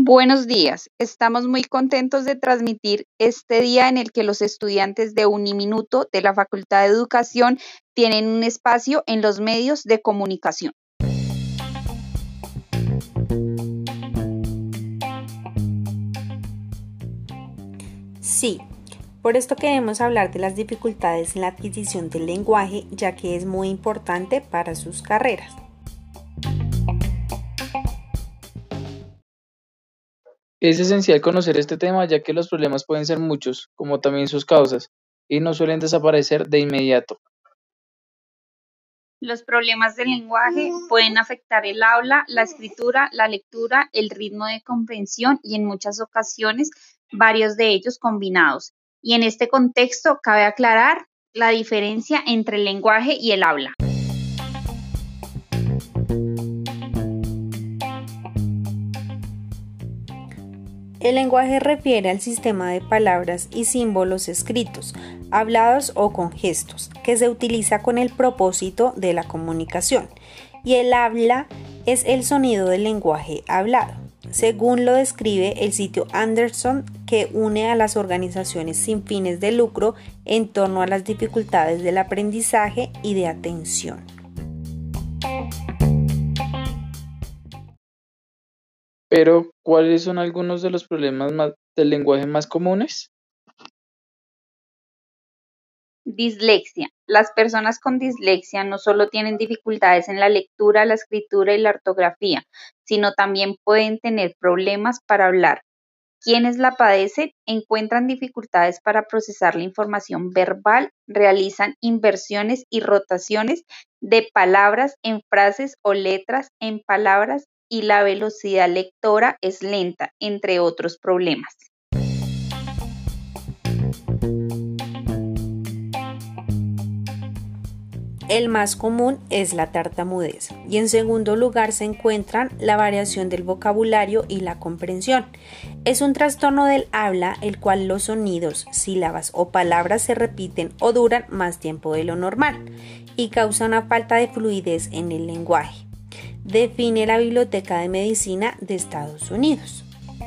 Buenos días. Estamos muy contentos de transmitir este día en el que los estudiantes de Uniminuto de la Facultad de Educación tienen un espacio en los medios de comunicación. Sí, por esto queremos hablar de las dificultades en la adquisición del lenguaje, ya que es muy importante para sus carreras. Es esencial conocer este tema ya que los problemas pueden ser muchos, como también sus causas, y no suelen desaparecer de inmediato. Los problemas del lenguaje pueden afectar el habla, la escritura, la lectura, el ritmo de comprensión y en muchas ocasiones varios de ellos combinados. Y en este contexto cabe aclarar la diferencia entre el lenguaje y el habla. El lenguaje refiere al sistema de palabras y símbolos escritos, hablados o con gestos, que se utiliza con el propósito de la comunicación, y el habla es el sonido del lenguaje hablado, según lo describe el sitio Anderson, que une a las organizaciones sin fines de lucro en torno a las dificultades del aprendizaje y de atención. Pero, ¿cuáles son algunos de los problemas del lenguaje más comunes? Dislexia. Las personas con dislexia no solo tienen dificultades en la lectura, la escritura y la ortografía, sino también pueden tener problemas para hablar. Quienes la padecen encuentran dificultades para procesar la información verbal, realizan inversiones y rotaciones de palabras en frases o letras en palabras y la velocidad lectora es lenta, entre otros problemas. El más común es la tartamudez y en segundo lugar se encuentran la variación del vocabulario y la comprensión. Es un trastorno del habla el cual los sonidos, sílabas o palabras se repiten o duran más tiempo de lo normal y causa una falta de fluidez en el lenguaje. Define la Biblioteca de Medicina de Estados Unidos.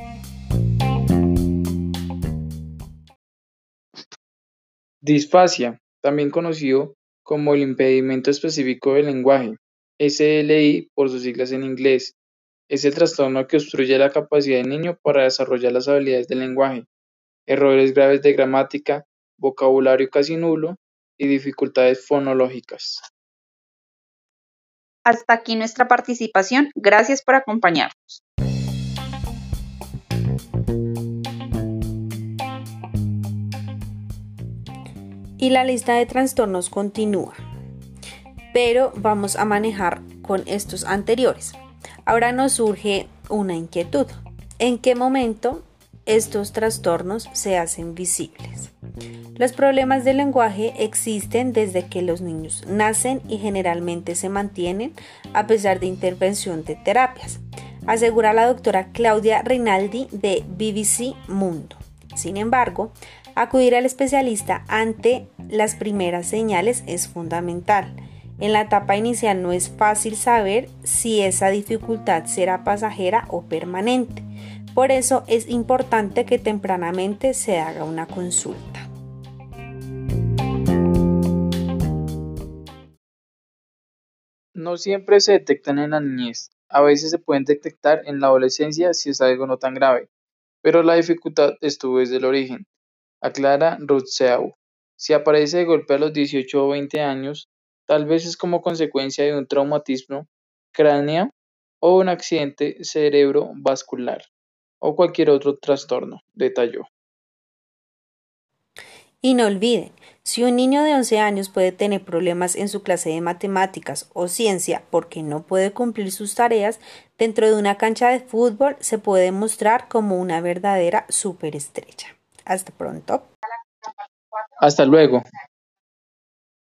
Disfasia, también conocido como el impedimento específico del lenguaje, SLI por sus siglas en inglés, es el trastorno que obstruye la capacidad del niño para desarrollar las habilidades del lenguaje, errores graves de gramática, vocabulario casi nulo y dificultades fonológicas. Hasta aquí nuestra participación. Gracias por acompañarnos. Y la lista de trastornos continúa, pero vamos a manejar con estos anteriores. Ahora nos surge una inquietud. ¿En qué momento estos trastornos se hacen visibles? Los problemas del lenguaje existen desde que los niños nacen y generalmente se mantienen a pesar de intervención de terapias, asegura la doctora Claudia Rinaldi de BBC Mundo. Sin embargo, acudir al especialista ante las primeras señales es fundamental. En la etapa inicial no es fácil saber si esa dificultad será pasajera o permanente. Por eso es importante que tempranamente se haga una consulta. No siempre se detectan en la niñez, a veces se pueden detectar en la adolescencia si es algo no tan grave, pero la dificultad estuvo desde el origen, aclara Rutseau. Si aparece de golpe a los 18 o 20 años, tal vez es como consecuencia de un traumatismo cráneo o un accidente cerebrovascular o cualquier otro trastorno, detalló. Y no olviden, si un niño de 11 años puede tener problemas en su clase de matemáticas o ciencia porque no puede cumplir sus tareas, dentro de una cancha de fútbol se puede mostrar como una verdadera superestrella. Hasta pronto. Hasta luego.